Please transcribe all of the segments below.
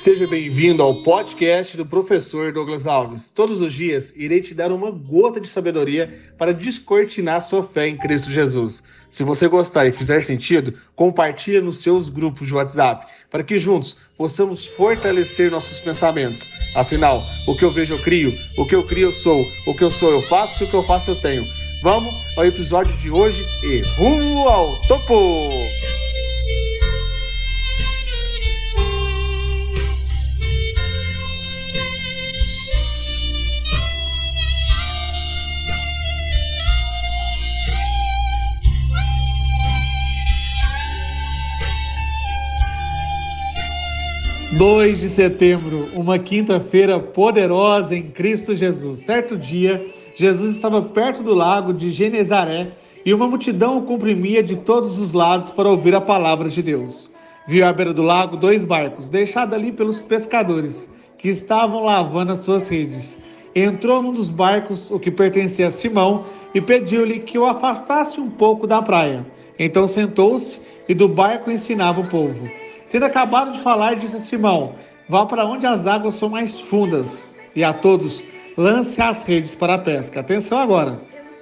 Seja bem-vindo ao podcast do professor Douglas Alves. Todos os dias irei te dar uma gota de sabedoria para descortinar sua fé em Cristo Jesus. Se você gostar e fizer sentido, compartilhe nos seus grupos de WhatsApp, para que juntos possamos fortalecer nossos pensamentos. Afinal, o que eu vejo eu crio, o que eu crio eu sou, o que eu sou eu faço, o que eu faço eu tenho. Vamos ao episódio de hoje e rumo ao topo! 2 de setembro, uma quinta-feira poderosa em Cristo Jesus. Certo dia, Jesus estava perto do lago de Genezaré e uma multidão o comprimia de todos os lados para ouvir a palavra de Deus. Viu à beira do lago 2 barcos, deixados ali pelos pescadores, que estavam lavando as suas redes. Entrou num dos barcos, o que pertencia a Simão, e pediu-lhe que o afastasse um pouco da praia. Então sentou-se e do barco ensinava o povo. Tendo acabado de falar, disse a Simão: vá para onde as águas são mais fundas, e a todos lance as redes para a pesca. Atenção agora.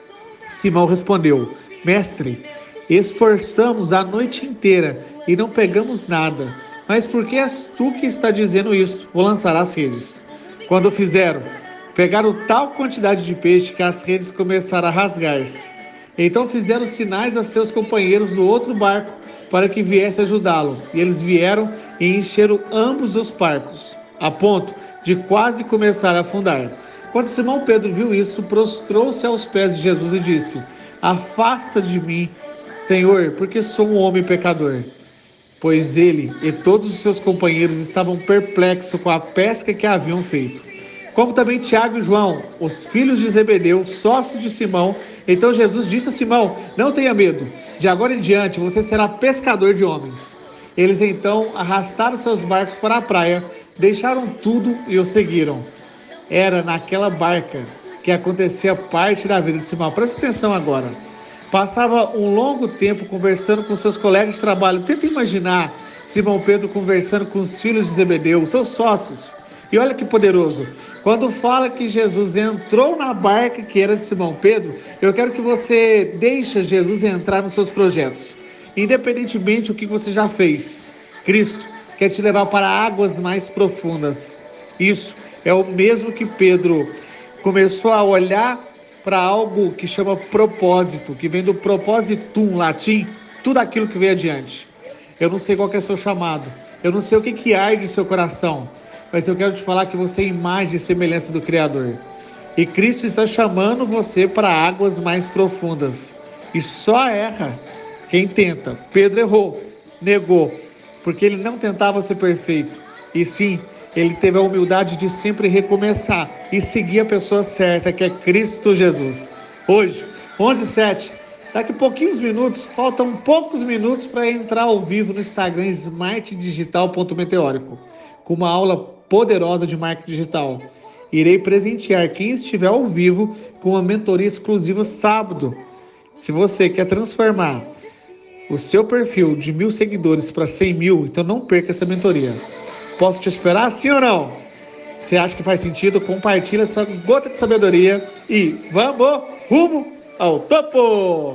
Simão respondeu: mestre, esforçamos a noite inteira e não pegamos nada. Mas por que és tu que está dizendo isso? Vou lançar as redes. Quando fizeram, pegaram tal quantidade de peixe que as redes começaram a rasgar-se. Então fizeram sinais a seus companheiros no outro barco para que viesse ajudá-lo. E eles vieram e encheram ambos os barcos, a ponto de quase começar a afundar. Quando Simão Pedro viu isso, prostrou-se aos pés de Jesus e disse: afasta de mim, Senhor, porque sou um homem pecador. Pois ele e todos os seus companheiros estavam perplexos com a pesca que haviam feito. Como também Tiago e João, os filhos de Zebedeu, sócios de Simão. Então Jesus disse a Simão: não tenha medo, de agora em diante você será pescador de homens. Eles então arrastaram seus barcos para a praia, deixaram tudo e o seguiram. Era naquela barca que acontecia parte da vida de Simão. Presta atenção agora. Passava um longo tempo conversando com seus colegas de trabalho. Tenta imaginar Simão Pedro conversando com os filhos de Zebedeu, seus sócios. E olha que poderoso, quando fala que Jesus entrou na barca que era de Simão Pedro, eu quero que você deixe Jesus entrar nos seus projetos. Independentemente do que você já fez, Cristo quer te levar para águas mais profundas. Isso é o mesmo que Pedro começou a olhar para algo que chama propósito, que vem do propositum, latim, tudo aquilo que vem adiante. Eu não sei qual que é o seu chamado, eu não sei o que arde em seu coração, mas eu quero te falar que você é imagem e semelhança do Criador. E Cristo está chamando você para águas mais profundas. E só erra quem tenta. Pedro errou, negou, porque ele não tentava ser perfeito. E sim, ele teve a humildade de sempre recomeçar e seguir a pessoa certa, que é Cristo Jesus. Hoje, 11h07, daqui a pouquinhos minutos, faltam poucos minutos para entrar ao vivo no Instagram smartdigital.meteórico, com uma aula poderosa de marketing digital. Irei presentear quem estiver ao vivo com uma mentoria exclusiva sábado. Se você quer transformar o seu perfil de 1.000 seguidores para 100.000, então não perca essa mentoria. Posso te esperar, sim ou não? Se acha que faz sentido, compartilha essa gota de sabedoria e vamos rumo ao topo!